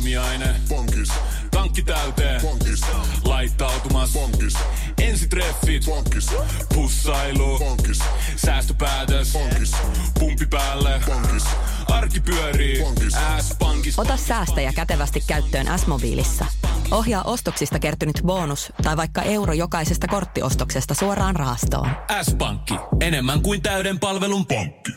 Aamiaine. Bonkis. Tankki täyteen. Bonkis. Laittautumas. Bonkis. Ensitreffit. Bonkis. Pussailu. Bonkis. Säästöpäätös. Bonkis. Pumpi päälle. Bonkis. Arki pyörii. Bonkis. S-pankis. Ota säästäjä kätevästi käyttöön S-mobiilissa. Ohjaa ostoksista kertynyt bonus tai vaikka euro jokaisesta korttiostoksesta suoraan rahastoon. S-pankki. Enemmän kuin täyden palvelun pankki.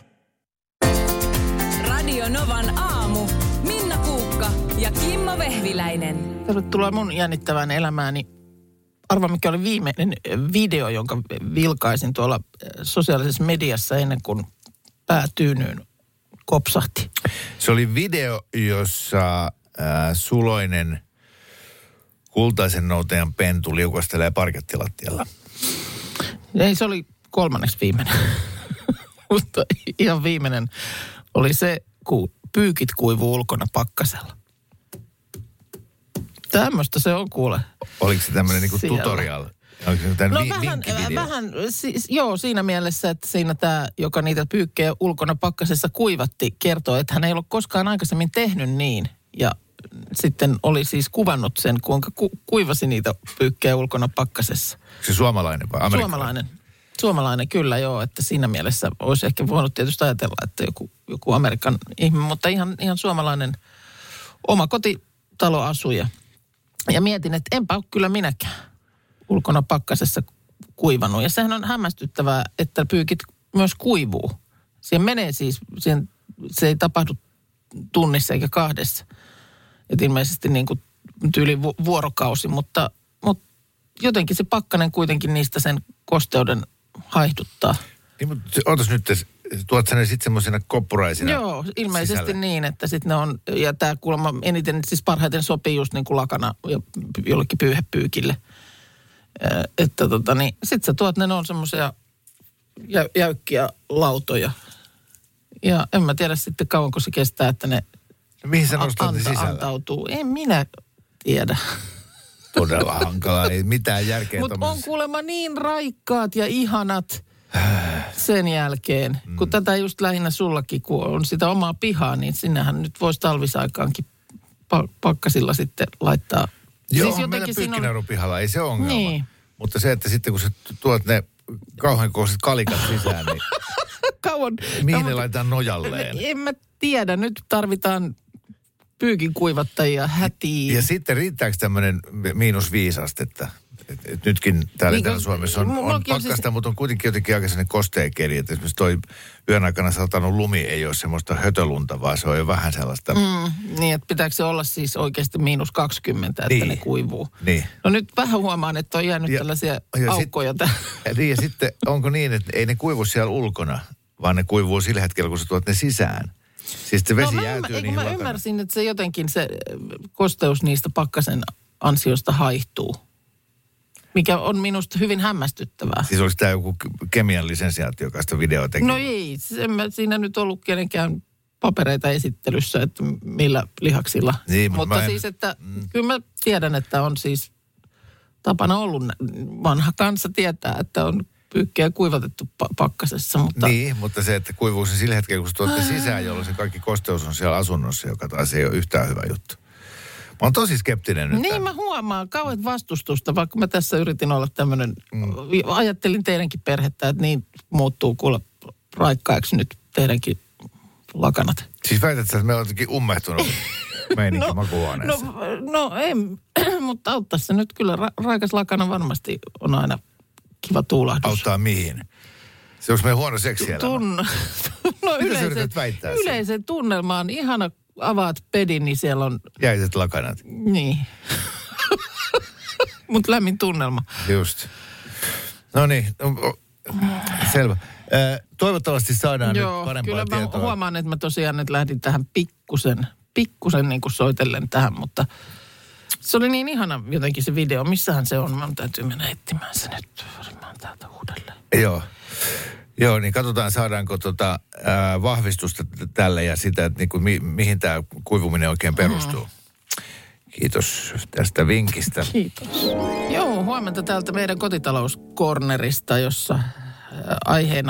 Radio Novan aamu. Minna Kuukka ja Kimmo Vehviläinen. Tervetuloa mun jännittävään elämääni. Arva, mikä oli viimeinen video, jonka vilkaisin tuolla sosiaalisessa mediassa ennen kuin päätyynyyn kopsahti. Se oli video, jossa suloinen kultaisen noutajan pentu liukastelee parkettilattialla. Ei, se oli kolmanneksi viimeinen. Mutta ihan viimeinen oli se, kun pyykit kuivuu ulkona pakkasella. Tämmöistä se on, kuule. Oliko se tämmöinen niinku tutorial? Oliko se vähän, joo, siinä mielessä, että siinä tämä, joka niitä pyykkejä ulkona pakkasessa kuivatti, kertoo, että hän ei ollut koskaan aikaisemmin tehnyt niin. Ja sitten oli siis kuvannut sen, kuinka kuivasi niitä pyykkejä ulkona pakkasessa. Se suomalainen vai amerikkalainen? Suomalainen, kyllä joo, että siinä mielessä olisi ehkä voinut tietysti ajatella, että joku Amerikan ihminen, mutta ihan suomalainen omakotitaloasuja. Ja mietin, että enpä ole kyllä minäkään ulkona pakkasessa kuivannut. Ja sehän on hämmästyttävää, että pyykit myös kuivuu. Siihen menee siis, se ei tapahdu tunnissa eikä kahdessa. Että ilmeisesti niin kuin tyyli vuorokausi, mutta jotenkin se pakkanen kuitenkin niistä sen kosteuden haihduttaa. Niin, mutta ootas nyt, tuot sä ne sitten semmoisena koppuraisina. Joo, ilmeisesti sisälle. Niin, että sitten ne on, ja tämä kuulemma eniten, siis parhaiten sopii just niin kuin lakana jollekin pyyhepyykille. Että sit sä tuot, ne on semmoisia jäykkiä lautoja. Ja en mä tiedä sitten kauanko se kestää, että ne mihin sä nostat ne sisällä? Antautuu. En minä tiedä. Todella hankalaa, ei mitään järkeä. Mutta on kuulemma niin raikkaat ja ihanat sen jälkeen. Kun tätä just lähinnä sullakin, kun on sitä omaa pihaa, niin sinnehän nyt voisi talvisaikaankin pakkasilla sitten laittaa. Joo, siis meillä pyykkinärupihalla, ei se ole ongelma. Niin. Mutta se, että sitten kun sä tuot ne kauhean kokoiset kalikat sisään, niin mihin ne laitetaan nojalleen? En mä tiedä, nyt tarvitaan pyykin kuivattajia hätiin. Ja sitten riittääkö tämmöinen -5 astetta? Et nytkin täällä Etelä-Suomessa on pakkasta, siis mutta on kuitenkin jotenkin aika sellainen kostea keli. Että esimerkiksi toi yön aikana satanut lumi ei ole semmoista hötölunta, vaan se on jo vähän sellaista. Niin, että pitääkö se olla siis oikeasti -20, että niin, ne kuivuu. Niin. No nyt vähän huomaan, että on jäänyt tällaisia aukkoja tähän. Niin, ja sitten onko niin, että ei ne kuivu siellä ulkona, vaan ne kuivuu sillä hetkellä, kun sä tuot ne sisään. Siis se vesi jäätyy niin mä ymmärsin, että se jotenkin se kosteus niistä pakkasen ansiosta haihtuu. Mikä on minusta hyvin hämmästyttävää. Siis olisi tämä joku kemian lisensiaatti, joka sitä videoa teki? No ei, en mä siinä nyt ollut kenenkään papereita esittelyssä, että millä lihaksilla. Niin, mutta siis, että kyllä mä tiedän, että on siis tapana ollut, vanha kansa tietää, että on pyykkejä kuivatettu pakkasessa, mutta... Niin, mutta se, että kuivuu se sillä hetkellä, kun se tuotte sisään, jolloin se kaikki kosteus on siellä asunnossa, joka taas ei ole yhtään hyvä juttu. Mä oon tosi skeptinen nyt. Niin, mä huomaan kauheat vastustusta, vaikka mä tässä yritin olla tämmöinen, ajattelin teidänkin perhettä, että niin muuttuu kuule raikkaiksi nyt teidänkin lakanat. Siis väität sä, että me on jotenkin ummehtunut meininki makuuhuoneessa? No en, mutta auttaisi se nyt kyllä. Raikas lakana varmasti on aina kiva tuulahdus. Auttaa mihin? Se onko meidän huono seksielämä? No yleisen tunnelma on ihana. Avaat pedin, niin siellä on... Jäiset lakanat. Niin. Mutta lämmin tunnelma. Just. No niin, selvä. Toivottavasti saadaan nyt parempaa tietoa. Kyllä mä huomaan, että mä tosiaan nyt lähdin tähän pikkusen niin kuin soitellen tähän, mutta se oli niin ihana jotenkin se video. Missähän se on? Mä täytyy mennä etsimään se nyt varmaan täältä uudelleen. Joo, niin katsotaan saadaanko vahvistusta tälle ja sitä, että niinku, mihin tämä kuivuminen oikein perustuu. Kiitos tästä vinkistä. Kiitos. Joo, huomenta täältä meidän kotitalouskornerista, jossa aiheenamme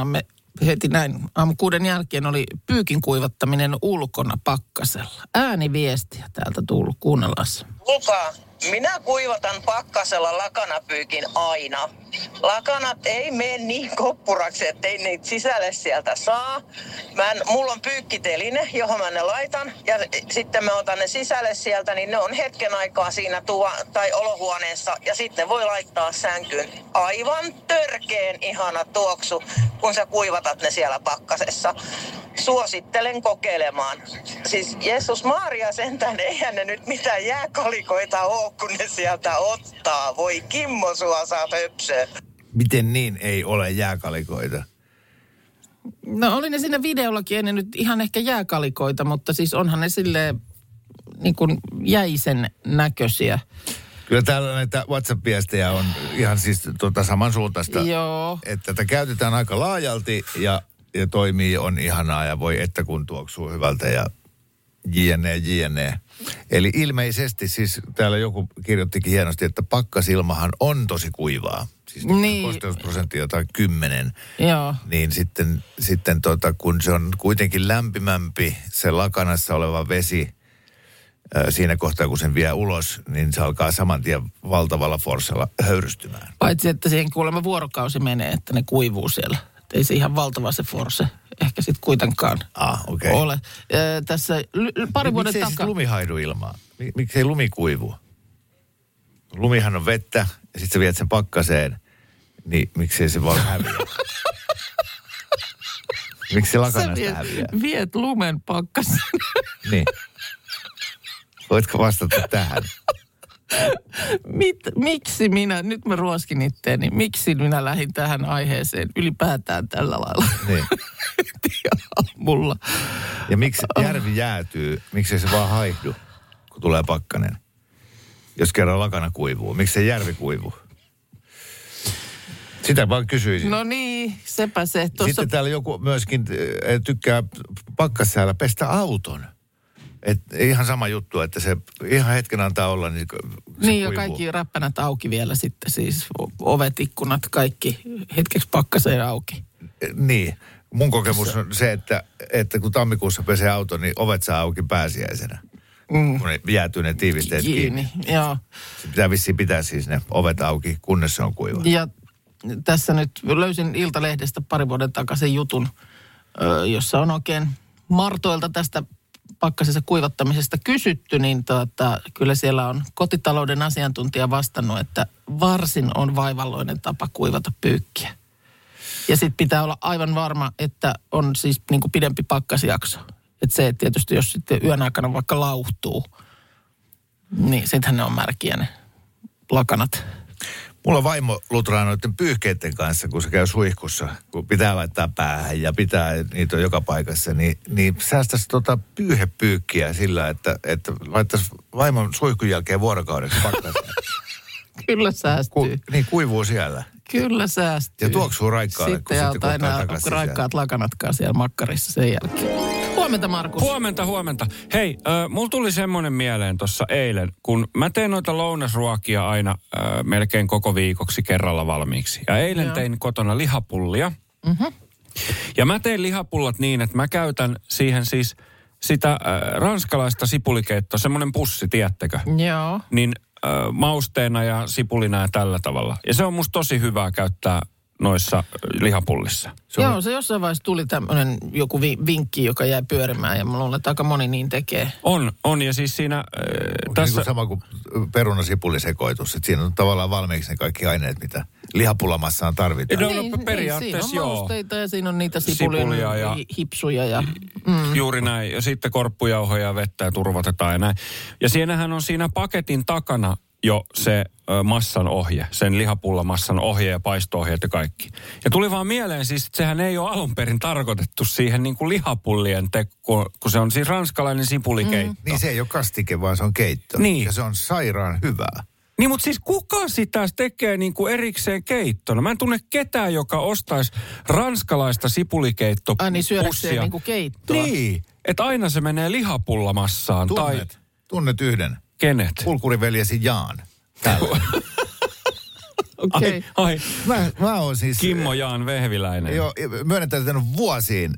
heti näin aamu 6 jälkeen oli pyykin kuivattaminen ulkona pakkasella. Ääniviestiä täältä tullut, kuunnellaan. Luka, minä kuivatan pakkasella lakanapyykin aina. Lakanat ei mene niin koppuraksi, ettei niitä sisälle sieltä saa. Mulla on pyykkiteline, johon mä ne laitan. Ja sitten mä otan ne sisälle sieltä, niin ne on hetken aikaa siinä tai olohuoneessa. Ja sitten voi laittaa sänkyyn. Aivan törkeen ihana tuoksu, kun sä kuivatat ne siellä pakkasessa. Suosittelen kokeilemaan. Siis Jeesus Maria sentään, eihän ne nyt mitään jääkalikoita ole, kun ne sieltä ottaa. Voi Kimmo, sua saa höpsöä. Miten niin ei ole jääkalikoita? No oli ne siinä videollakin, ei ne nyt ihan ehkä jääkalikoita, mutta siis onhan ne silleen niin kuin jäisen näköisiä. Kyllä täällä näitä WhatsApp-viestejä on ihan siis samansuuntaista. Joo. Että tätä käytetään aika laajalti ja toimii, on ihanaa ja voi että kun tuoksuu hyvältä ja jne. Eli ilmeisesti siis täällä joku kirjoittikin hienosti, että pakkasilmahan on tosi kuivaa. Siis niin. Kosteusprosentti jotain 10. Joo. Niin sitten kun se on kuitenkin lämpimämpi se lakanassa oleva vesi siinä kohtaa, kun sen vie ulos, niin se alkaa saman tien valtavalla forssella höyrystymään. Paitsi, että siihen kuulemma vuorokausi menee, että ne kuivuu siellä. Ei se ihan valtava se force ehkä sitten kuitenkaan ole. Tässä pari vuoden takaa. Miksei lumi haidu ilmaa? Miksei lumi kuivu? Lumihan on vettä ja sitten sä viet sen pakkaseen, niin miksei se vaan häviä? Miksi se lakanasta häviää? Viet lumen pakkaseen. Niin. Voitko vastata tähän? Miksi nyt mä ruoskin itteeni, miksi minä lähdin tähän aiheeseen ylipäätään tällä lailla? Niin. Mulla. Ja miksi järvi jäätyy, miksi se vaan haihdu, kun tulee pakkanen? Jos kerran lakana kuivuu, miksi se järvi kuivuu? Sitä vaan kysyisin. No niin, sepä se. Sitten täällä joku myöskin tykkää pakkassäällä pestä auton. Ihan sama juttu, että se ihan hetken antaa olla, niin se niin ja kaikki räppänät auki vielä sitten, siis ovet, ikkunat, kaikki hetkeksi pakkaseen auki. Niin, mun kokemus on se, että kun tammikuussa pesee auto, niin ovet saa auki pääsiäisenä. Kun ne jäätyy ne tiivisteet kiinni. Joo. Se pitää vissiin pitää siis ne ovet auki, kunnes se on kuiva. Ja tässä nyt löysin Iltalehdestä pari vuoden takaisin jutun, jossa on oikein Martoilta tästä pakkasessa kuivattamisesta kysytty, niin kyllä siellä on kotitalouden asiantuntija vastannut, että varsin on vaivalloinen tapa kuivata pyykkiä. Ja sitten pitää olla aivan varma, että on siis niin kuin pidempi pakkasjakso. Että se tietysti, jos sitten yön aikana vaikka lauhtuu, niin sittenhän ne on märkiä ne lakanat. Mulla vaimo lutraa noiden pyyhkeiden kanssa, kun se käy suihkussa, kun pitää laittaa päähän ja pitää, niitä on joka paikassa, niin säästäisi pyyhepyykkiä sillä, että laittaisi vaimon suihkun jälkeen vuorokaudeksi pakkaseen. Kyllä säästyy. Kuivuu siellä. Kyllä säästyy. Ja tuoksuu raikkaalle, sitten kun sitten aina raikkaat lakanatkaan siellä makkarissa sen jälkeen. Huomenta, Markus. Huomenta. Hei, mulla tuli semmoinen mieleen tuossa eilen, kun mä teen noita lounasruokia aina melkein koko viikoksi kerralla valmiiksi. Ja eilen tein kotona lihapullia. Mm-hmm. Ja mä tein lihapullat niin, että mä käytän siihen siis sitä ranskalaista sipulikeittoa, semmoinen pussi, tiedättekö? Joo. Niin mausteena ja sipulina ja tällä tavalla. Ja se on musta tosi hyvää käyttää noissa lihapullissa. Joo, se jossain vaiheessa tuli tämmöinen joku vinkki, joka jäi pyörimään ja mä luulen, että aika moni niin tekee. On ja siis siinä tässä niin sama kuin perunasipulisekoitus, että siinä on tavallaan valmiiksi ne kaikki aineet, mitä lihapulamassaan tarvitaan. No, periaatteessa siinä on mausteita ja siinä on niitä sipulia ja hipsuja ja juuri näin. Ja sitten korppujauhoja ja vettä ja turvotetaan ja näin. Ja siinähän on siinä paketin takana jo se massan ohje, sen lihapullamassan ohje ja paisto-ohjeet ja kaikki. Ja tuli vaan mieleen siis, että sehän ei ole alun perin tarkoitettu siihen niin kuin lihapullien tekoon, kun se on siis ranskalainen sipulikeitto. Niin se ei ole kastike, vaan se on keitto. Niin. Ja se on sairaan hyvää. Niin, mutta siis kuka sitä tekee niin kuin erikseen keittona? Mä en tunne ketään, joka ostaisi ranskalaista sipulikeitto-pussia. Ai niin, syödäkseen niin kuin keittoa. Niin, että aina se menee lihapulamassaan. Tunnet yhden. Kenet? Kulkuriveljesi Jaan. Okei. Ai. Mä oon siis... Kimmo Jaan Vehviläinen. Joo, myönnetään, että en ole vuosiin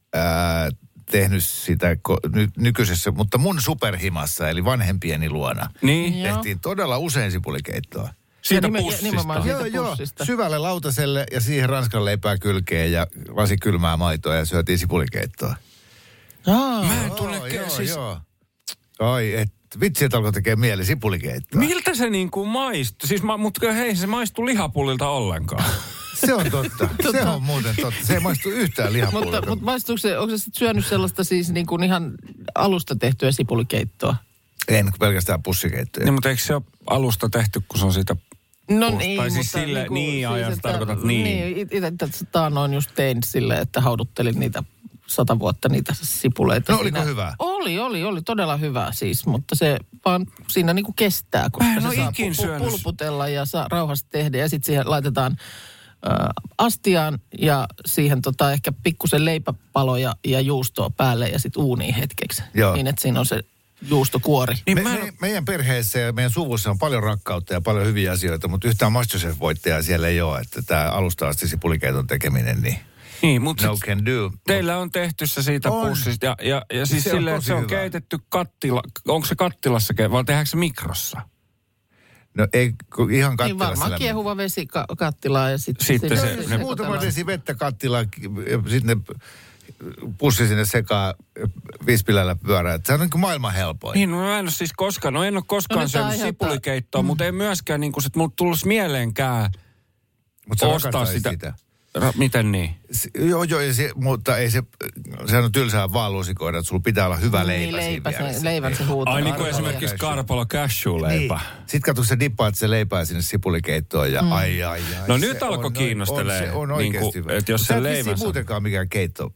tehnyt sitä nykyisessä, mutta mun superhimassa, eli vanhempieni luona, Niin. tehtiin todella usein sipulikeittoa. Siitä nimenomaan pussista. siitä pussista. Syvälle lautaselle ja siihen ranskan leipää kylkeen ja lasi kylmää maitoa ja syötiin sipulikeittoa. Mä en tunne... Joo. Ai, vitsi, että alkoi tekee mieli sipulikeittoa. Miltä se niinku maistuu? Siis, mutta hei, se maistuu lihapullilta ollenkaan. Se on totta. Se on muuten totta. Se ei maistu yhtään lihapullilta. Mutta maistuuko se, onko se syönyt sellaista siis niin kuin ihan alusta tehtyä sipulikeittoa? En pelkästään pussikeittoja. Niin, mutta eikö se ole alusta tehty, kun se on siitä... No niin, tai siis mutta sille, niin siis, ajasta tarkoitat niin. Niin, itse taannoin just tein silleen, että hauduttelin niitä 100 vuotta niitä sipuleita. No oliko hyvä? Oli todella hyvä siis, mutta se vaan siinä niinku kestää, koska se saa pulputella ja saa rauhassa tehdä. Ja sitten siihen laitetaan astiaan ja siihen ehkä pikkusen leipäpaloja ja juustoa päälle ja sitten uuniin hetkeksi. Joo. Niin, että siinä on se juustokuori. Niin meidän perheessä ja meidän suvussa on paljon rakkautta ja paljon hyviä asioita, mutta yhtään MasterChef-voittajaa siellä ei ole, että tämä alusta asti sipulikeiton tekeminen, niin mutta no can do. Teillä on tehty se siitä pussista ja siis silleen, että se on keitetty onko se kattilassa vai tehdäänkö se mikrossa? No ei ihan kattilassa. Niin varmaan kiehuva vesi kattilaa ja sitten se muutama desi vettä kattilaan ja sitten pussi sinne sekaan vispilällä pyörää. Se on niin kuin maailman helpoin. Niin, no en ole koskaan syönyt sipulikeittoa, mutta ei myöskään niin kuin, että mulle tulisi mieleenkään ostaa sitä. Miten niin? Joo, mutta ei sehän on tylsää vaan lusikoida, että sulla pitää olla hyvä leipä siinä vieressä. Leivän se huutaa. Ai niin kuin esimerkiksi Karpalo cashew-leipä. Niin. Sitten katso, se dippaat se leipää sinne sipulikeittoon ja ai. No nyt alkoi kiinnostelee. Se on oikeasti hyvä. Että jos se leivä... Sä et muutenkaan mikään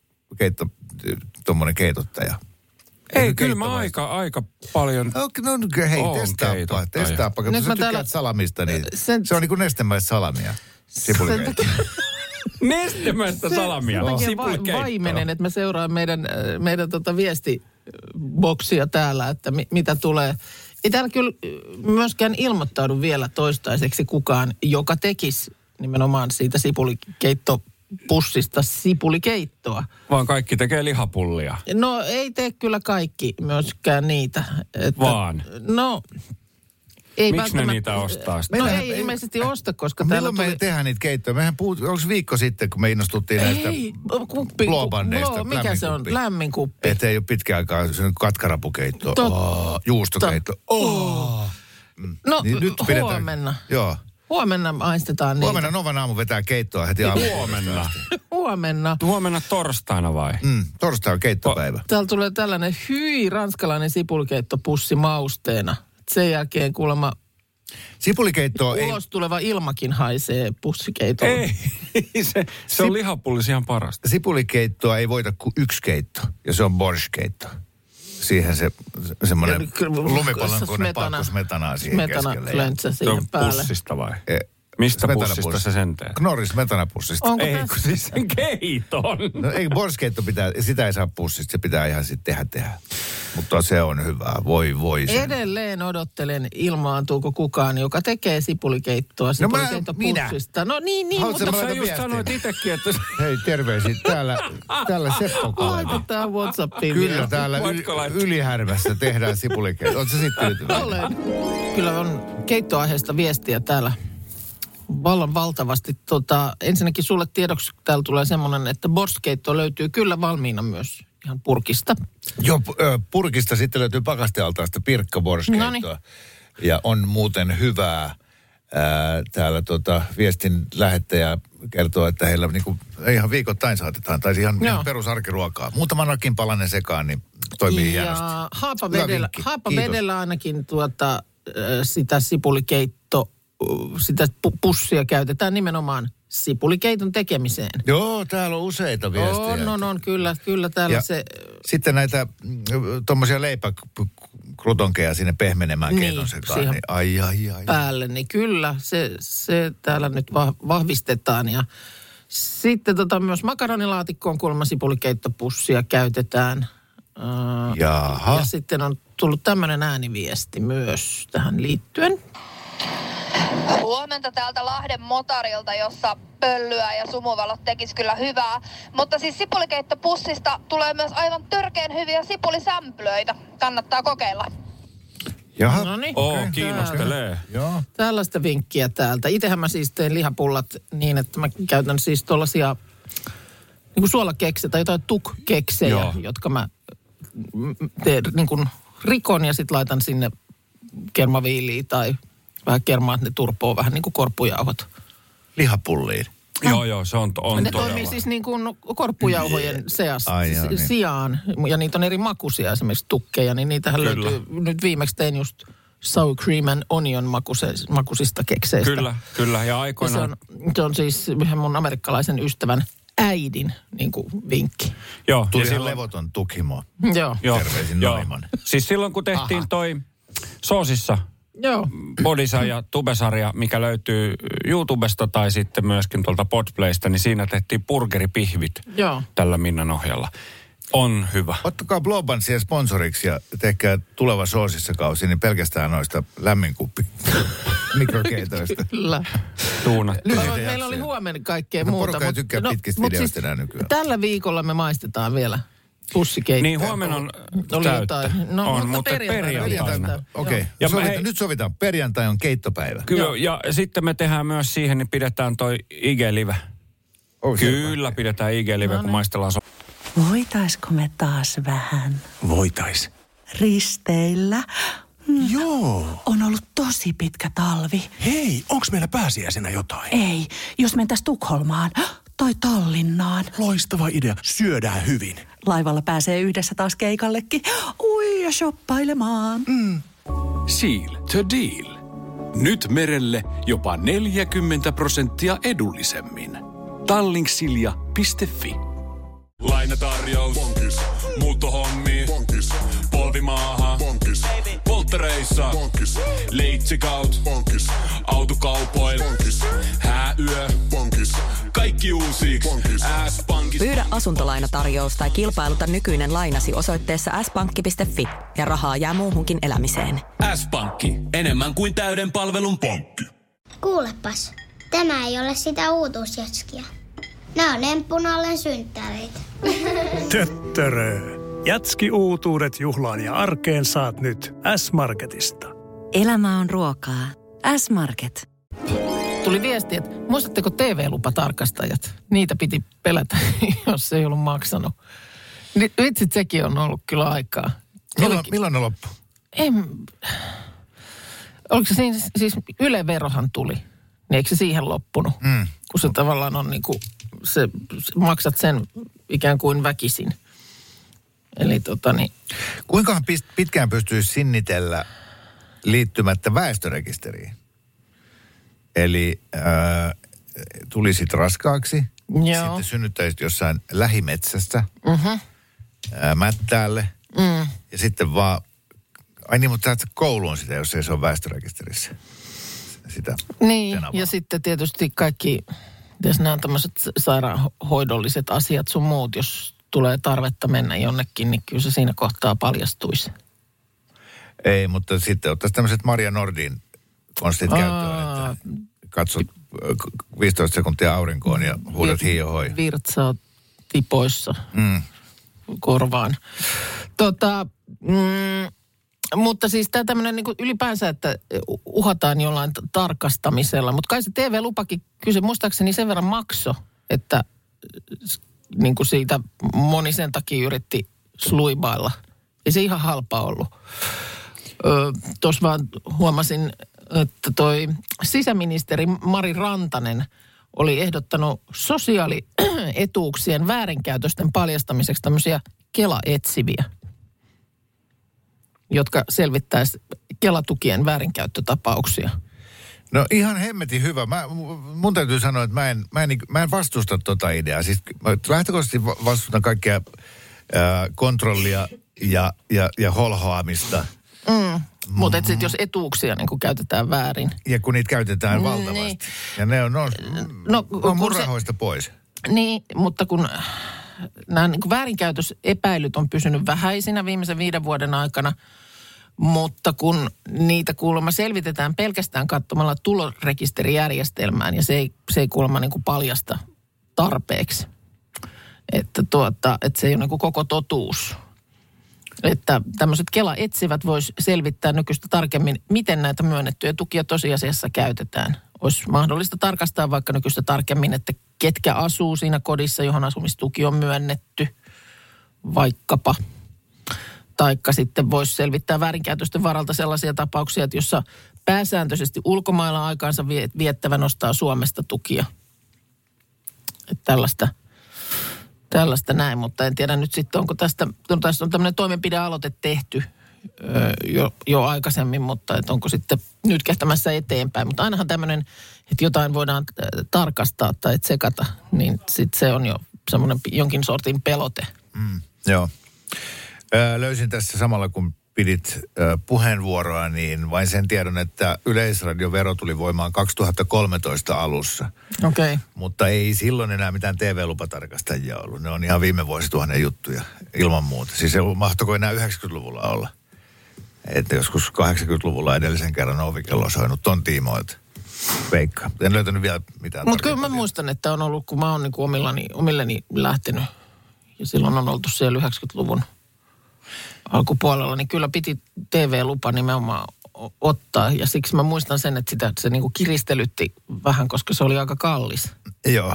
tommonen keitottaja. Ei, kyllä mä aika paljon hei, testaappa. Kun sä tykkäät salamista, niin se on niin kuin nestemäistä salamia. Sipulikeitto. Nestemäistä salamia. Vaimenen, että mä seuraan meidän viestiboksia täällä, että mitä tulee. Ei täällä kyllä myöskään ilmoittaudu vielä toistaiseksi kukaan, joka tekisi nimenomaan siitä sipulikeittopussista sipulikeittoa. Vaan kaikki tekee lihapullia. No ei tee kyllä kaikki myöskään niitä. Vaan? No... Miksi ne niitä ostaa? No ei ilmeisesti osta, koska milloin me tehdään niitä keittoja? Mehän onko viikko sitten, kun me innostuttiin näistä blowbandeista? Mikä se on? Lämmin kuppi. Että ei ole pitkään aikaa, se on katkarapukeitto, juustokeitto. No niin nyt huomenna. Joo. Huomenna maistetaan niitä. Huomenna Novan aamu vetää keittoa heti aamulla. Huomenna torstaina vai? Torstai on keittopäivä. Täällä tulee tällainen ranskalainen sipulikeittopussi mausteena. Sen jälkeen kuulemma ulos tuleva ilmakin haisee pussikeitolla. Ei, se on lihapullis ihan parasta. Sipulikeittoa ei voita kuin yksi keitto, ja se on borschtkeitto. Siihen se semmoinen lumipallonkoinen pakku smetanaa siihen keskelle. Smetana siihen päälle. Pussista vai? Mistä pussista se sen teet? Knorris smetanapussista. Ei, kun siis sen keiton. No ei, borskeitto sitä ei saa pussista, se pitää ihan sitten tehdä. Mutta se on hyvää, voi sen. Edelleen odottelen, ilmaantuuko kukaan, joka tekee sipulikeittoa sipulikeittopussista. No niin, mutta sä just sanoit itsekin, että... Hei, terveisiä. Täällä Seppo kuulee. Laitetaan WhatsAppiin. Kyllä, täällä Ylihärvässä tehdään sipulikeittoa. Oletko sä sitten tyytyväinen? Olen. Kyllä on keittoaiheesta viestiä täällä valtavasti. Ensinnäkin sulle tiedoksi täällä tulee semmoinen, että borschtkeitto löytyy kyllä valmiina myös ihan purkista. Joo, purkista sitten löytyy pakastealtaasta pirkkaborschtkeittoa. Ja on muuten hyvää. Täällä viestin lähettäjä kertoo, että heillä niinku, ihan viikoittain saatetaan, tai ihan perusarkiruokaa. Muutaman rakin palanen sekaan, niin toimii hienosti. Ja Haapavedellä ainakin sitä sitä pussia käytetään nimenomaan sipulikeiton tekemiseen. Joo, täällä on useita viestejä. On, kyllä täällä ja se... Sitten näitä tommosia leipäkrutonkeja sinne pehmenemään keiton sekaan. Niin, ai. Päälle, niin kyllä, se täällä nyt vahvistetaan. Ja sitten myös makaronilaatikkoon kuulemma sipulikeittopussia käytetään. Jaha. Ja sitten on tullut tämmöinen ääniviesti myös tähän liittyen. Huomenta täältä Lahden motarilta, jossa pöllyä ja sumuvalot tekis kyllä hyvää. Mutta siis sipulikeittopussista tulee myös aivan törkeän hyviä sipulisämpylöitä. Kannattaa kokeilla. Jaha. Noniin. Kiinnostelee. Joo. Tällaista vinkkiä täältä. Itsehän mä siis teen lihapullat niin, että mä käytän siis tuollaisia niin kuin suolakeksejä tai jotain tuk-keksejä, jotka mä teen niin kuin rikon ja sitten laitan sinne kermaviiliä tai vähän kermaa, että ne turpoo vähän niin kuin korppujauhot. Lihapulliin. Joo, se on ne todella. toimii siis niin kuin korppujauhojen sijaan. Ja niitä on eri makuisia, esimerkiksi tukkeja, niin niitähän löytyy. Nyt viimeksi tein just sour cream and onion makusista kekseistä. Kyllä. Ja aikoinaan. Se on siis yhden mun amerikkalaisen ystävän äidin niin kuin vinkki. Joo. Tuli ihan levoton tukhimo. Joo. Terveisin Noiman. Siis silloin kun tehtiin toi Soosissa Bodisa ja Tube-sarja, mikä löytyy YouTubesta tai sitten myöskin tuolta Podplaysta, niin siinä tehtiin burgeripihvit tällä Minnan ohjalla. On hyvä. Ottakaa Bloban siihen sponsoriksi ja tehkää tuleva Soosissa kausi, niin pelkästään noista lämminkuppi mikrokeitoista. Kyllä. Meillä oli huomenna kaikkea muuta. Porukka ei tykkää pitkistä videoista enää nykyään. Tällä viikolla me maistetaan vielä pussikeittoa. Niin huomenna on täyttä. Mutta perjantaina. Okei. Nyt sovitaan. Perjantai on keittopäivä. Kyllä, ja sitten me tehdään myös siihen, niin pidetään toi IG-live. Kyllä, pidetään IG-live, kun maistellaan. Voitaisko me taas vähän? Voitais. Risteillä? Joo. On ollut tosi pitkä talvi. Hei, onks meillä pääsiäisenä jotain? Ei, jos mentäis Tukholmaan tai Tallinnaan. Loistava idea. Syödään hyvin. Laivalla pääsee yhdessä taas keikallekin. Ui, ja shoppailemaan. Seal to deal. Nyt merelle jopa 40% edullisemmin. Tallingsilja.fi. Lainatarjous. Bonkis. Muuttohommi. Bonkis. Polvimaaha. Bonkis. Polttereissa. Bonkis. Leitsikaut. Bonkis. Autokaupoil. Bonkis. Hääyö. Bonkis. Kaikki uusiiksi. S-pankki. Pyydä asuntolainatarjous tai kilpailuta nykyinen lainasi osoitteessa s-pankki.fi ja rahaa jää muuhunkin elämiseen. S-pankki. Enemmän kuin täyden palvelun pankki. Kuulepas, tämä ei ole sitä uutuusjatskia. Nämä on emppunallen synttäreitä. Töttörö. Jatski-uutuudet juhlaan ja arkeen saat nyt S-Marketista. Elämä on ruokaa. S-Market. Tuli viesti, että muistatteko TV-lupatarkastajat? Niitä piti pelätä, jos ei ollut maksanut. Vitsit, sekin on ollut kyllä aikaa. Milloin ne loppu? Oliko se siis Yle-verohan tuli? Niin eikö se siihen loppunut? Kun se tavallaan on niin kuin, se maksat sen ikään kuin väkisin. Eli Kuinkahan pitkään pystyisi sinnitellä liittymättä väestörekisteriin? Eli tulisit raskaaksi, sitten synnyttäisit jossain lähimetsässä, mättäälle, ja sitten vaan, mutta sä kouluun sitä, jos ei se ole väestörekisterissä. Sitä niin, tenavaa. Ja sitten tietysti kaikki, jos nämä on tämmöiset sairaanhoidolliset asiat sun muut, jos tulee tarvetta mennä jonnekin, niin kyllä se siinä kohtaa paljastuisi. Ei, mutta sitten ottaisi tämmöiset Maria Nordin konstit käyttöön, että katsot 15 sekuntia aurinkoon ja huudat hii-hoi. Virtsaa tipoissa korvaan. Mutta siis tämä tämmöinen niin ylipäänsä, että uhataan jollain tarkastamisella. Mutta kai se TV-lupakin kyse muistaakseni sen verran makso, että niin kuin siitä moni sen takia yritti sluibailla. Ei se ihan halpa ollut. Tuossa vaan huomasin, että toi sisäministeri Mari Rantanen oli ehdottanut sosiaalietuuksien väärinkäytösten paljastamiseksi tämmöisiä Kela-etsiviä, jotka selvittäisi Kela-tukien väärinkäyttötapauksia. No ihan hemmetin hyvä. Mun täytyy sanoa, että mä en vastusta tota ideaa. Siis lähtökohtaisesti vastustan kaikkea kontrollia ja holhoamista. Mutta sitten jos etuuksia niin käytetään väärin. Ja kun niitä käytetään valtavasti. Niin. Ja ne on mun rahoista pois. Niin, mutta kun nämä niin väärinkäytösepäilyt on pysynyt vähäisinä viimeisen 5 vuoden aikana, Mutta kun niitä kuulemma selvitetään pelkästään katsomalla tulorekisterijärjestelmään ja se ei kuulemma niin kuin paljasta tarpeeksi. Että se ei ole niin kuin koko totuus. Että tämmöiset Kela-etsivät vois selvittää nykyistä tarkemmin, miten näitä myönnettyjä tukia tosiasiassa käytetään. Olisi mahdollista tarkastaa vaikka nykyistä tarkemmin, että ketkä asuu siinä kodissa, johon asumistuki on myönnetty, vaikkapa. Taikka sitten voisi selvittää väärinkäytösten varalta sellaisia tapauksia, että jossa pääsääntöisesti ulkomailla aikaansa viettävä nostaa Suomesta tukia. Että tällaista näin, mutta en tiedä nyt sitten, onko tästä on tämmöinen toimenpidealoite tehty jo aikaisemmin, mutta että onko sitten nyt kähtämässä eteenpäin. Mutta ainahan tämmöinen, että jotain voidaan tarkastaa tai tsekata, niin sitten se on jo semmoinen jonkin sortin pelote. Joo. Löysin tässä samalla, kun pidit puheenvuoroa, niin vain sen tiedon, että yleisradiovero tuli voimaan 2013 alussa. Okei. Okay. Mutta ei silloin enää mitään TV-lupatarkastajia ollut. Ne on ihan viime vuosituhannen juttuja ilman muuta. Siis mahtoiko enää 90-luvulla olla? Että joskus 80-luvulla edellisen kerran ovikello soinut ton tiimoilta. Veikka. En löytänyt vielä mitään. Mutta kyllä mä muistan, että on ollut, kun mä oon niinku omilleni lähtenyt. Ja silloin on oltu siellä 90-luvun alkupuolella, niin kyllä piti TV-lupa nimenomaan ottaa. Ja siksi mä muistan sen, että se niinku kiristelytti vähän, koska se oli aika kallis. Joo.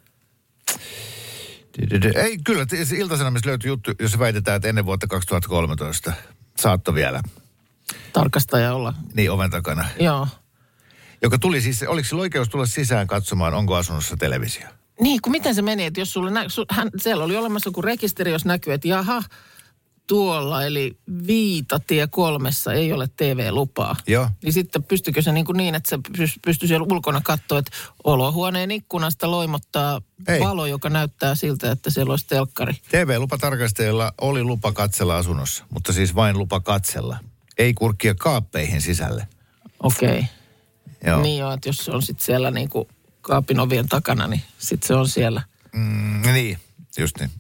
Ei, kyllä. Ilta-Sanomissa löytyi juttu, jos väitetään, että ennen vuotta 2013 saattoi vielä tarkastaja olla. Niin, oven takana. Joo. Joka tuli siis, oliko sillä oikeus tulla sisään katsomaan, onko asunnossa televisio? Niin, kun miten se meni, että jos sulle siellä oli olemassa joku rekisteri, jos näkyy, että jaha, tuolla, eli Viitatie 3 ei ole TV-lupaa. Joo. Niin sitten pystykö se niin että se pystyy siellä ulkona katsoa, että olohuoneen ikkunasta loimottaa valo, joka näyttää siltä, että siellä olisi telkkari. TV-lupatarkastajilla oli lupa katsella asunnossa, mutta siis vain lupa katsella. Ei kurkkia kaappeihin sisälle. Okei. Joo. Niin joo, että jos se on sitten siellä niin kuin kaapin ovien takana, niin sitten se on siellä. Niin, just niin.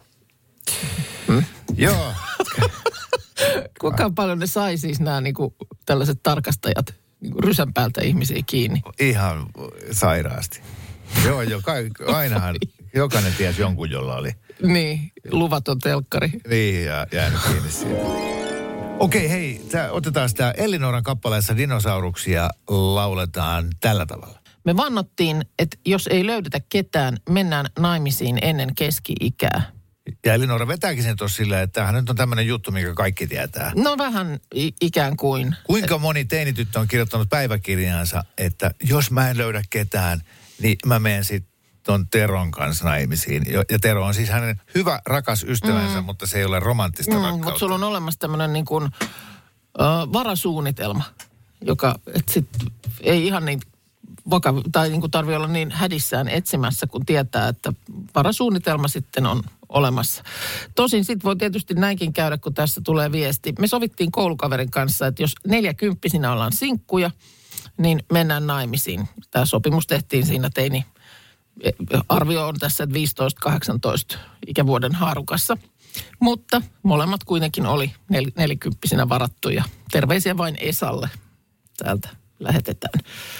Joo. Kuinka paljon ne sai siis nämä niinku tällaiset tarkastajat niinku rysän päältä ihmisiä kiinni? Ihan sairaasti. Joo, ainahan jokainen tiesi jonkun, jolla oli. Niin, luvaton telkkari. Niin, ja jäänyt kiinni siitä. Okei, hei, otetaan sitä Ellinoran kappaleessa Dinosauruksia lauletaan tällä tavalla. Me vannottiin, että jos ei löydetä ketään, mennään naimisiin ennen keski-ikää. Ja Elinora vetääkin sen tuossa silleen, että tämähän nyt on tämmöinen juttu, minkä kaikki tietää. No vähän ikään kuin. Kuinka moni teinityttö on kirjoittanut päiväkirjaansa, että jos mä en löydä ketään, niin mä menen sitten ton Teron kanssa naimisiin. Ja Tero on siis hänen hyvä, rakas ystävänsä, mutta se ei ole romanttista rakkautta. Mutta sulla on olemassa tämmöinen niin kuin varasuunnitelma, joka ei ihan niin tai niin kuin tarvitse olla niin hädissään etsimässä, kun tietää, että varasuunnitelma sitten on olemassa. Tosin sitten voi tietysti näinkin käydä, kun tässä tulee viesti. Me sovittiin koulukaverin kanssa, että jos 40-vuotiaina ollaan sinkkuja, niin mennään naimisiin. Tämä sopimus tehtiin siinä arvio on tässä, että 15-18 ikävuoden haarukassa. Mutta molemmat kuitenkin oli 40-vuotiaina varattuja. Terveisiä vain Esalle täältä lähetetään.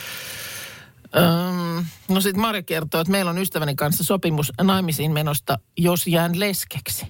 No sitten Marja kertoo, että meillä on ystäväni kanssa sopimus naimisiin menosta, jos jään leskeksi.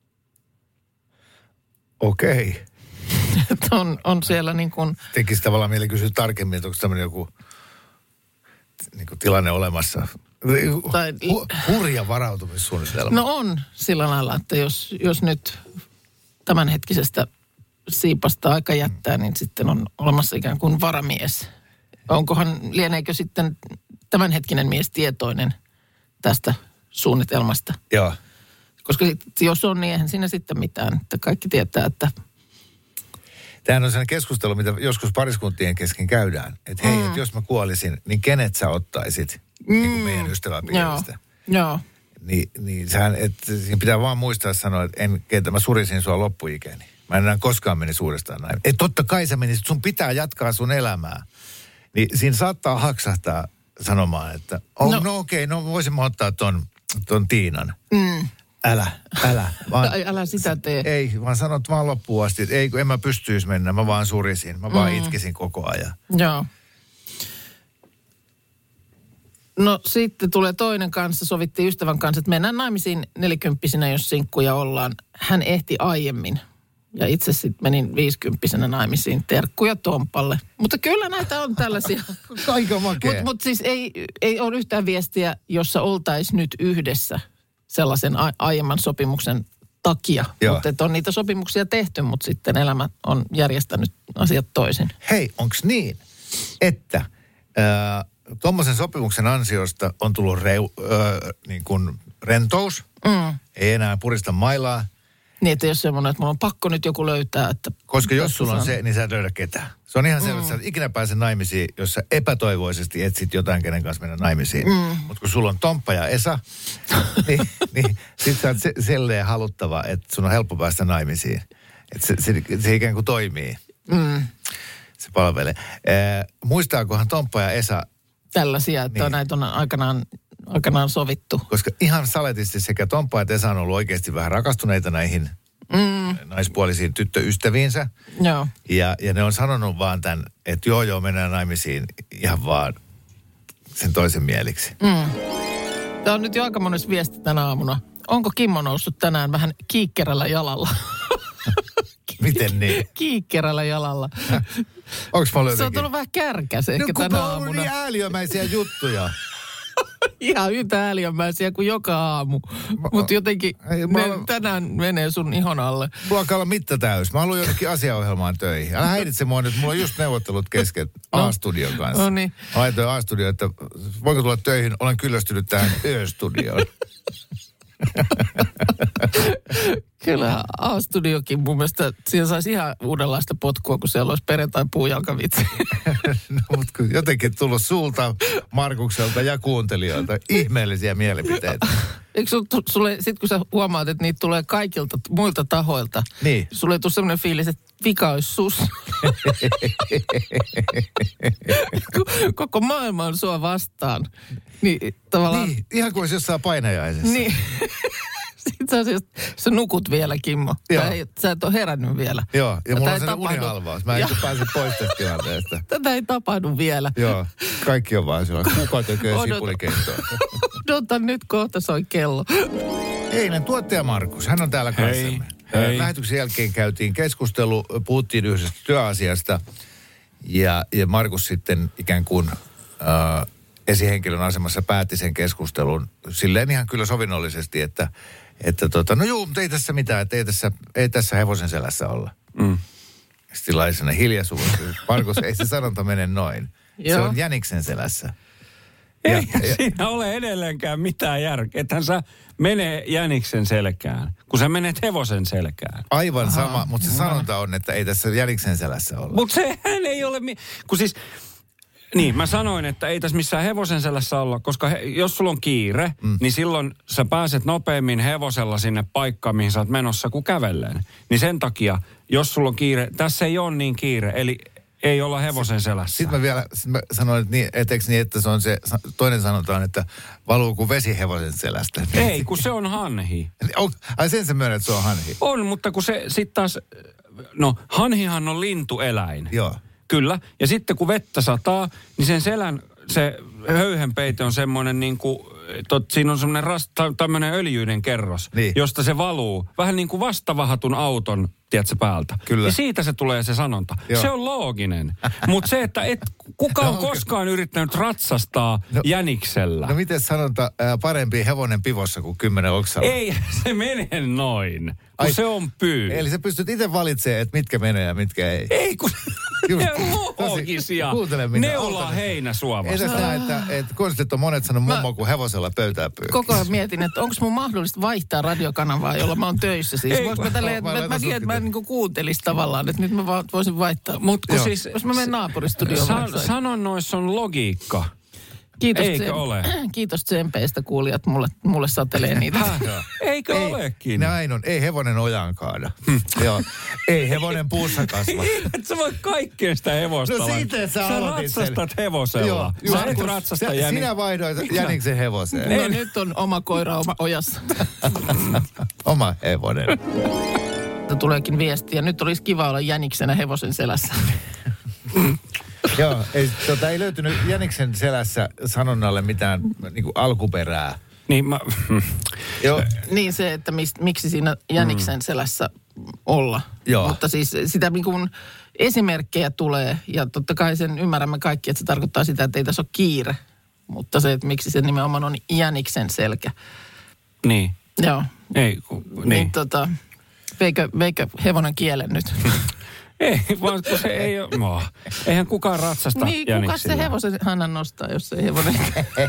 Okei. on siellä niin kuin tekisi tavallaan mieli kysyä tarkemmin, että onko tämmöinen joku niin kuin tilanne olemassa. Tai hurja varautumissuunnitelma. No on sillä lailla, että jos nyt tämänhetkisestä siipasta aika jättää, niin sitten on olemassa ikään kuin varamies. Lieneekö sitten tämänhetkinen mies tietoinen tästä suunnitelmasta? Joo. Koska jos on, niin eihän siinä sitten mitään. Että kaikki tietää, että tämähän on sellainen keskustelu, mitä joskus pariskuntien kesken käydään. Että hei, että jos mä kuolisin, niin kenet sä ottaisit niin kuin meidän ystäväpiiristä? Joo. Niin sehän, että siinä pitää vaan muistaa sanoa, että mä surisin sua loppuikäni. Mä en enää koskaan menisi uudestaan näin. Että totta kai sä menisit, sun pitää jatkaa sun elämää. Niin siinä saattaa haksahtaa sanomaan, että no okei, voisin mä ottaa ton Tiinan. Älä. Vaan, älä sitä tee. Ei, vaan sanot vaan loppuun asti, että ei, kun en mä pystyisi mennä, mä vaan surisin, mä vaan itkisin koko ajan. Joo. No sitten tulee toinen kanssa, sovittiin ystävän kanssa, että mennään naimisiin 40-vuotiaana, jos sinkkuja ollaan. Hän ehti aiemmin. Ja itse sitten menin 50-vuotiaana naimisiin, terkkuja Tompalle. Mutta kyllä näitä on tällaisia. Aika makea. Mutta siis ei ole yhtään viestiä, jossa oltaisiin nyt yhdessä sellaisen aiemman sopimuksen takia. Mutta on niitä sopimuksia tehty, mutta sitten elämä on järjestänyt asiat toisin. Hei, onks niin, että tuommoisen sopimuksen ansiosta on tullut niin kuin rentous, ei enää purista mailaa. Niin, että jos semmoinen, että mulla on pakko nyt joku löytää, että... Koska jos sulla on se, niin sä et löydä ketään. Se on ihan selvä, että sä et ikinä pääse naimisiin, jos sä epätoivoisesti etsit jotain, kenen kanssa mennä naimisiin. Mutta kun sulla on Tomppa ja Esa, niin sit sä oot selleen haluttava, että sun on helppo päästä naimisiin. Että se ikään kuin toimii. Se palvelee. Muistaakohan Tomppa ja Esa... Tällaisia, että niin. Näitä on aikanaan sovittu. Koska ihan saletisti sekä Tomppa että Esa on ollut oikeasti vähän rakastuneita näihin naispuolisiin tyttöystäviinsä. Joo. Ja ne on sanonut vaan tämän, että joo, mennään naimisiin ihan vaan sen toisen mieliksi. Tämä on nyt jo aika monessa viesti tänä aamuna. Onko Kimmo noussut tänään vähän kiikkerällä jalalla? Miten niin? Kiikkerällä jalalla. Onks mä jotenkin? Se on tullut vähän kärkäs ehkä tänä aamuna. No kun niin ääliömäisiä juttuja. Ihan yhtä ääliömäisiä kuin joka aamu. Mutta jotenkin tänään menee sun ihon alle. Mulla alkaa olla mitta täys. Mä haluan jonnekin asiaohjelmaan töihin. Älä häiritse mua nyt. Mulla on just neuvottelut kesken A-studion kanssa. No niin. Mä laitoin A-studioon, että voinko tulla töihin? Olen kyllästynyt tähän Ö-studioon. Kyllä A-studiokin mun mielestä, siellä saisi ihan uudenlaista potkua, kun siellä olisi perjantai puujalkavitsi. No, mutta jotenkin tullut sulta, Markukselta ja kuuntelijoilta ihmeellisiä mielipiteitä. Eikö sulle, sit kun sä huomaat, että niitä tulee kaikilta muilta tahoilta, niin sulle ei tule sellainen fiilis, että vika olisi sus. Koko maailma on sua vastaan. Niin tavallaan... Niin, ihan kuin olisi jossain painajaisessa. Niin. Sitten sä nukut vielä, Kimmo. Sä et ole herännyt vielä. Joo, ja mulla on sellainen unihalvaus. Mä en pääse pois tästä tilanteesta. Tätä ei tapahdu vielä. Joo, kaikki on vaan sellainen. Kuka tekee sipulikeittoa? Odota nyt, kohta soi kello. Eilen tuottaja Markus, hän on täällä kanssamme. Lähetyksen jälkeen käytiin keskustelu, puhuttiin yhdestä työasiasta. Ja Markus sitten ikään kuin... esihenkilön asemassa päätti sen keskustelun silleen ihan kyllä sovinnollisesti, että no juu, mutta ei tässä mitään, että ei tässä hevosen selässä olla. Stilaisena hiljaisuus. Markus, ei se sanonta mene noin. Se on jäniksen selässä. Ei siinä ole edelleenkään mitään järkeä. Ethän sä menee jäniksen selkään, kun sä menet hevosen selkään. Aivan sama, mutta se sanonta on, että ei tässä jäniksen selässä olla. Mutta sehän ei ole... kun siis... Niin, mä sanoin, että ei tässä missään hevosen selässä olla, koska jos sulla on kiire, niin silloin sä pääset nopeammin hevosella sinne paikkaan, mihin sä oot menossa, kuin kävelleen. Niin sen takia, jos sulla on kiire, tässä ei ole niin kiire, eli ei olla hevosen selässä. Sitten mä sanoin, että eikö niin, että se on se, toinen sanotaan, että valuu kuin vesi hevosen selästä. Ei, kun se on hanhi. Ai sen sä myönnät, että se on hanhi? On, mutta kun se sitten taas, no hanhihan on lintueläin. Joo. Kyllä. Ja sitten kun vettä sataa, niin sen selän, se höyhenpeite on semmoinen niin kuin, siinä on semmoinen tämmöinen öljyinen kerros, josta se valuu. Vähän niin kuin vastavahatun auton, tiedätkö, päältä. Kyllä. Ja siitä se tulee se sanonta. Joo. Se on looginen. Mutta se, että kuka on koskaan yrittänyt ratsastaa jäniksellä. No miten sanonta, parempi hevonen pivossa kuin 10 oksalla? Ei se mene noin, kun se on pyy. Eli sä pystyt itse valitsemaan, että mitkä menee ja mitkä ei. Ei kun... Loogisia. Neula heinä Suomessa. Ei tässä näe, että konstit on monet sanonut mummo kuin hevosella pöytää pyy. Koko ajan mietin, että onko mun mahdollista vaihtaa radiokanavaa, jolla mä oon töissä. Siis voinko mä tälleen, että mä niin kuin kuuntelisi tavallaan, että nyt mä voisin vaihtaa. Mutta siis, jos mä menen naapuristudioon. Sanonnoissa on logiikka. Kiitos tsempeistä kuulijat, mulle satelee niitä. Eikö olekin? Näin on. Ei hevonen ojaan kaada. Joo. Ei hevonen puussa kasva. Et sä voi kaikkea sitä hevosta. No siitä sä ratsastat hevosella. Joo, sä et ratsasta Sinä vaihdoit Jäniksen hevoseen. No nyt on oma koira ojassa. Oma hevonen. Tuleekin viestiä. Nyt olisi kiva olla Jäniksenä hevosen selässä. Joo, ei löytynyt Jäniksen selässä sanonnalle mitään niinku alkuperää. Joo. Niin se, että miksi siinä Jäniksen selässä olla. Joo. Mutta siis sitä niin kuin esimerkkejä tulee ja totta kai sen ymmärrämme kaikki, että se tarkoittaa sitä, että ei tässä ole kiire. Mutta se, että miksi se nimenomaan on Jäniksen selkä. Niin. Joo. Niin. Veikö hevonen kielen nyt? Ei, vaan kun se ei ole... No, eihän kukaan ratsasta niin, kuka se hevosen Hanna nostaa, jos se hevonen...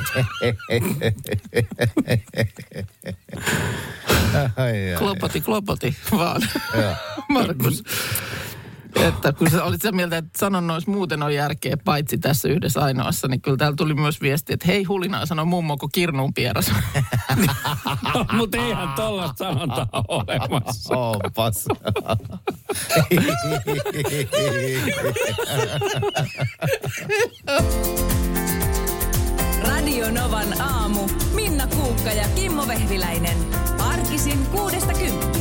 Klopoti vaan, Markus. Että kun sä olit sen mieltä, että sanonnoissa muuten on järkeä, paitsi tässä yhdessä ainoassa, niin kyllä täällä tuli myös viesti, että hei hulinaa sanoi mummo, kun kirnuun pieras. Mutta eihän tollaista sanontaa olemassa. Onpas. Radio Novan aamu. Minna Kuukka ja Kimmo Vehviläinen. Arkisin 6–10.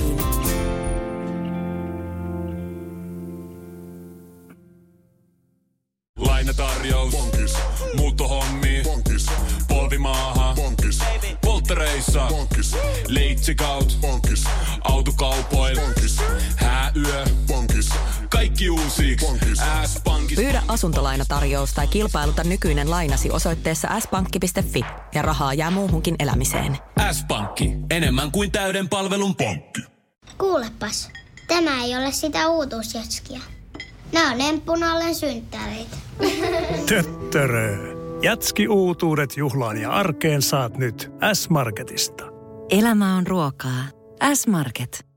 Lainatarjous. Bonkis. Muuttohommi. Bonkis. Polvimaaha. Bonkis. Polttereissa. Bonkis. Leitsikaut. Bonkis. Autokaupoil. Bonkis. Hääyö. Bonkis. Kaikki uusiiksi. S-pankki. Pyydä asuntolainatarjous tai kilpailuta nykyinen lainasi osoitteessa s-pankki.fi ja rahaa jää muuhunkin elämiseen. S-pankki. Enemmän kuin täyden palvelun pankki. Kuulepas, tämä ei ole sitä uutuusjatskia. Nämä on emppunallen synttäreitä. Töttörö. Jätski-uutuudet juhlaan ja arkeen saat nyt S-Marketista. Elämä on ruokaa. S-Market.